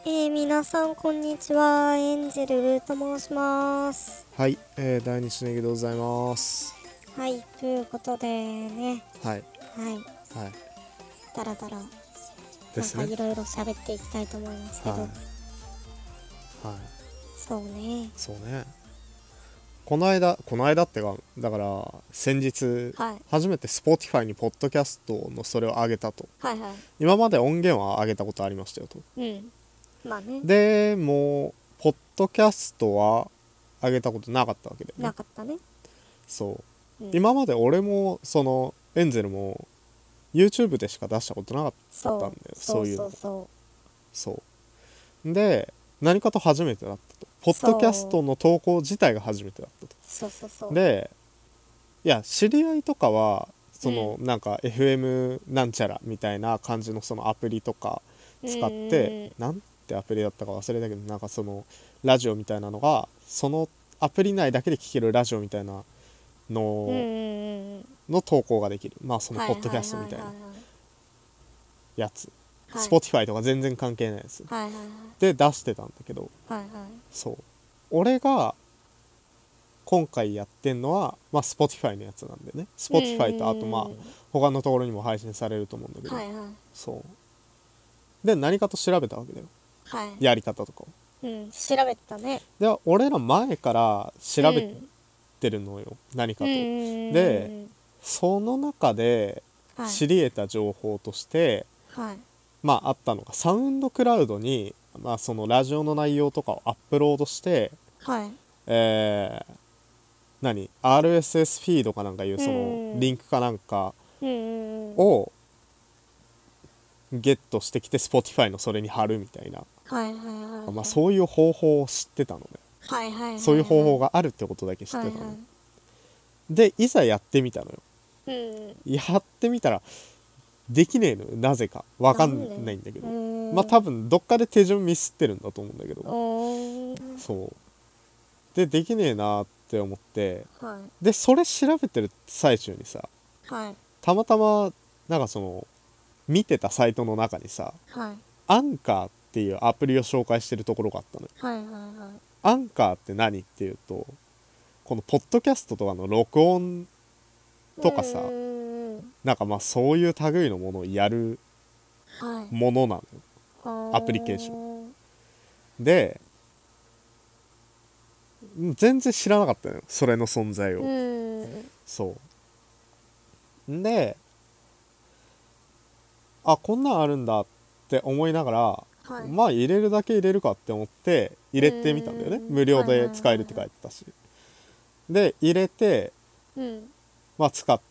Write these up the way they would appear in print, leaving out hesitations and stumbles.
皆さんこんにちは。エンジェルと申します。 はい、第二種ネギでございます。 はい、ということでね、 はいはい、 はいだらだらですね。 いろいろ喋っていきたいと思いますけど、 はいそうね、 そうね。この間ってか、だから先日、 はい、 初めて Spotify にポッドキャストのそれを上げたと。 はいはい、 今まで音源は上げたことありましたよと。 まあね、 でもポッドキャストは上げたことなかったわけだよね。 なかったね。 そう、 うん、 今まで俺もそのエンゼルも YouTube でしか出したことなかったんだよ。そういうの。そうで、何かと初めてだったと。ポッドキャストの投稿自体が初めてだったと。で、いや知り合いとかはその、なんか FM なんちゃらみたいな感じのそのアプリとか使って、なんてアプリだったか忘れたけど、なんかそのラジオみたいなのがそのアプリ内だけで聴けるラジオみたいなのの投稿ができる、まあそのポッドキャストみたいなやつ、Spotify とか全然関係ないやつで出してたんだけど、そう俺が今回やってんのは、まあ、Spotify のやつなんでね。Spotify とあとまあ他のところにも配信されると思うんだけど、そうで何かと調べたわけだよ、やり方とかを。 調べたね。 で俺ら前から調べてるのよ、何かと。でその中で知り得た情報として、まああったのがサウンドクラウドに、まあ、そのラジオの内容とかをアップロードして、RSS フィードかなんかいうそのリンクかなんかをゲットしてきて Spotify のそれに貼るみたいな、まあそういう方法を知ってたのね。そういう方法があるってことだけ知ってたの。でいざやってみたのよ。やってみたらできねえのよ、なぜかわかんないんだけど。まあ多分どっかで手順ミスってるんだと思うんだけど、そうでできねえなって思って、でそれ調べてる最中にさ、たまたまなんかその見てたサイトの中にさ、アンカーっていうアプリを紹介してるところがあったのよ。アンカーって何っていうと、このポッドキャストとかの録音とかさ、なんかまあそういう類のものをやるものなのよ、アプリケーションで。全然知らなかったのよ、それの存在を。そうで、あ、こんなんあるんだって思いながら、まあ入れるだけ入れるかって思って入れてみたんだよね。無料で使えるって書いてたし。で入れて、まあ使って、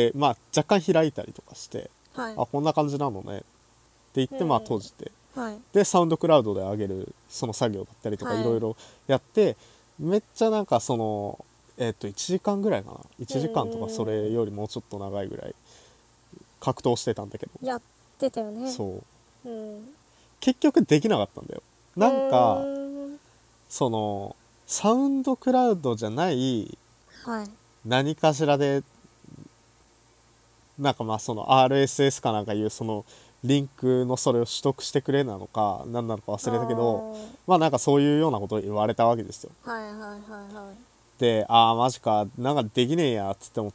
まあ若干開いたりとかして、あ、こんな感じなのねって言って、まあ閉じて、でサウンドクラウドで上げるその作業だったりとかいろいろやって、めっちゃなんかその1時間ぐらいかな、1時間とかそれよりもうちょっと長いぐらい格闘してたんだけど、 やってたよね。 そう、結局できなかったんだよ。なんかそのサウンドクラウドじゃない何かしらで、なんかまあその RSS かなんかいうそのリンクのそれを取得してくれなのか何なのか忘れたけど、まあなんかそういうようなことを言われたわけですよ。で、ああマジか、なんかできねえやっつって思って、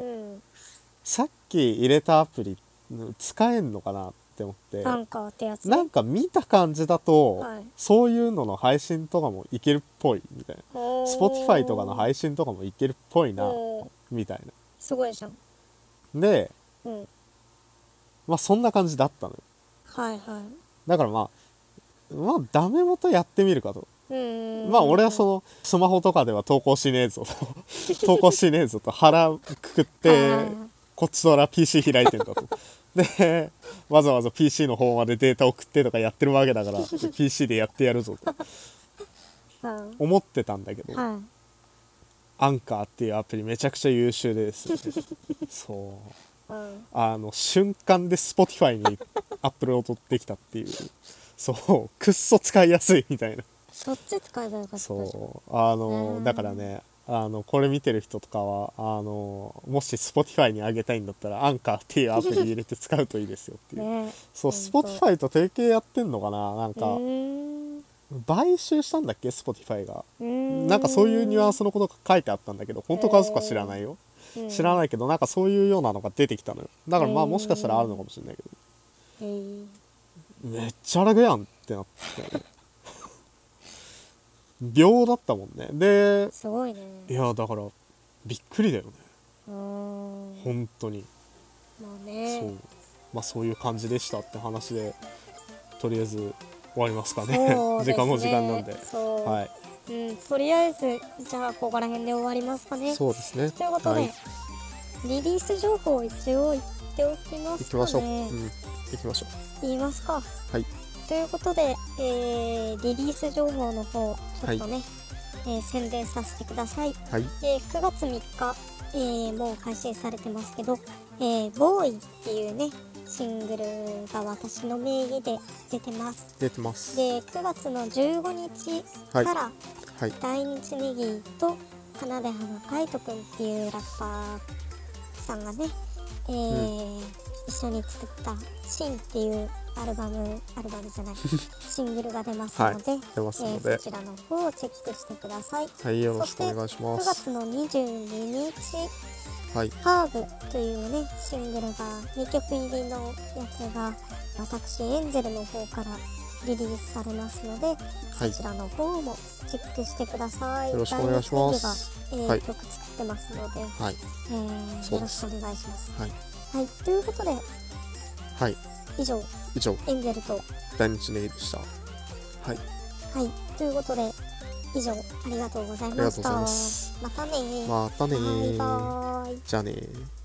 さっき入れたアプリ使えんのかなって思って、なんか見た感じだと、そういうのの配信とかもいけるっぽいみたいな、Spotify とかの配信とかもいけるっぽいなみたいな。 すごいじゃん。 で、まあそんな感じだったのよ。だからまあダメ元やってみるかと。まあ俺はそのスマホとかでは投稿しねえぞと投稿しねえぞと腹くくってこっちとら PC 開いてんだと。でわざわざ PC の方までデータ送ってとかやってるわけだから、PC でやってやるぞと思ってたんだけど、アンカーっていうアプリめちゃくちゃ優秀でですねそう瞬間で Spotify にアップロードできたっていう、そうくっそ使いやすいみたいな。 そっち使えばよかった。 そうだからね、 これ見てる人とかはもし Spotify に上げたいんだったらアンカーっていうアプリ入れて使うといいですよっていうね、 そう Spotify と提携やってんのかな、なんか買収したんだっけ Spotify が、なんかそういうニュアンスのことが書いてあったんだけど、本当か嘘か知らないよ、知らないけど、なんかそういうようなのが出てきたのよ。だからまあもしかしたらあるのかもしれないけど、めっちゃ楽やんってなって秒だったもんね。ですごいね。 いやだからびっくりだよね、 本当に。 まあね、 そうまあそういう感じでしたって話で、とりあえず終わりますかね。時間も時間なんで、はい、 とりあえずじゃあここら辺で終わりますかね。 そうですね。 ということで、 はい、 リリース情報を一応言っておきますかね。 行きましょう、行きましょう。 言いますか。 はい。 ということで、リリース情報の方ちょっとね、宣伝させてください。 はい。 9月3日、もう配信されてますけど、ボーイっていうねシングルが私の名義で出てます。 出てます。 で9月の15日から、大日ネギとかなで花海斗くんっていうラッパーさんがね、一緒に作ったシンっていうアルバムじゃないシングルが出ますので、そちらの方をチェックしてください。 はい、よろしくお願いします。 そして9月の22日、ハーブというねシングルが2曲入りのやつが私エンゼルの方からリリースされますので、そちらの方もチェックしてください。 よろしくお願いします。 曲作ってますので、よろしくお願いします。ということで、以上エンゼルと大日ネギでした。 ということで以上ありがとうございました。またね。 またね。 バイバイ。 じゃあね。